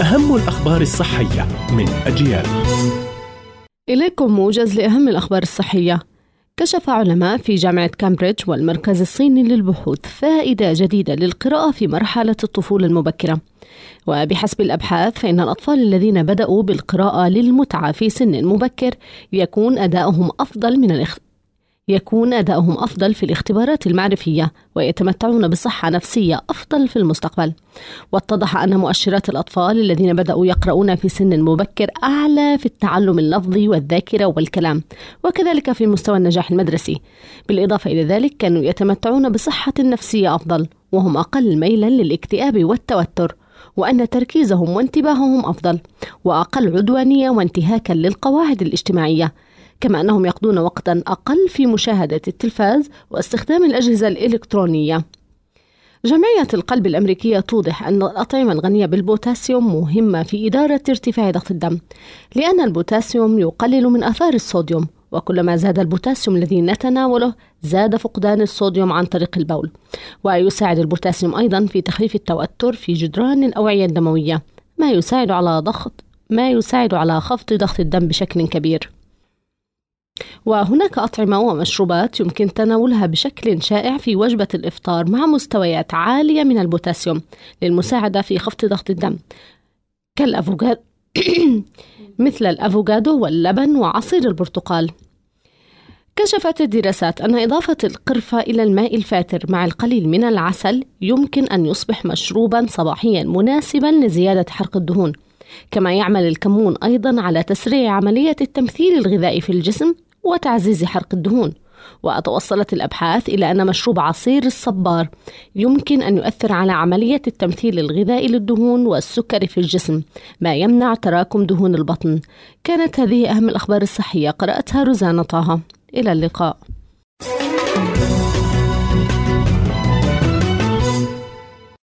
أهم الأخبار الصحية من أجيال. إليكم موجز لأهم الأخبار الصحية. كشف علماء في جامعة كامبريدج والمركز الصيني للبحوث فائدة جديدة للقراءة في مرحلة الطفولة المبكرة. وبحسب الأبحاث فإن الأطفال الذين بدأوا بالقراءة للمتعة في سن مبكر يكون أداؤهم أفضل في الاختبارات المعرفية، ويتمتعون بصحة نفسية أفضل في المستقبل. واتضح أن مؤشرات الأطفال الذين بدأوا يقرؤون في سن مبكر أعلى في التعلم اللفظي والذاكرة والكلام، وكذلك في مستوى النجاح المدرسي. بالإضافة إلى ذلك كانوا يتمتعون بصحة نفسية أفضل، وهم أقل ميلا للاكتئاب والتوتر، وأن تركيزهم وانتباههم أفضل، وأقل عدوانية وانتهاكا للقواعد الاجتماعية، كما أنهم يقضون وقتا أقل في مشاهدة التلفاز واستخدام الأجهزة الإلكترونية. جمعية القلب الأمريكية توضح أن الأطعمة الغنية بالبوتاسيوم مهمة في إدارة ارتفاع ضغط الدم، لأن البوتاسيوم يقلل من آثار الصوديوم، وكلما زاد البوتاسيوم الذي نتناوله زاد فقدان الصوديوم عن طريق البول. ويساعد البوتاسيوم أيضا في تخفيف التوتر في جدران الأوعية الدموية، ما يساعد على خفض ضغط الدم بشكل كبير. وهناك أطعمة ومشروبات يمكن تناولها بشكل شائع في وجبة الإفطار مع مستويات عالية من البوتاسيوم للمساعدة في خفض ضغط الدم، كالأفوكادو مثل الأفوكادو واللبن وعصير البرتقال. كشفت الدراسات أن إضافة القرفة إلى الماء الفاتر مع القليل من العسل يمكن أن يصبح مشروبا صباحيا مناسبا لزيادة حرق الدهون. كما يعمل الكمون أيضا على تسريع عملية التمثيل الغذائي في الجسم وتعزيز حرق الدهون. وتوصلت الأبحاث إلى أن مشروب عصير الصبار يمكن أن يؤثر على عملية التمثيل الغذائي للدهون والسكر في الجسم، ما يمنع تراكم دهون البطن. كانت هذه أهم الأخبار الصحية، قرأتها روزانا طه. إلى اللقاء.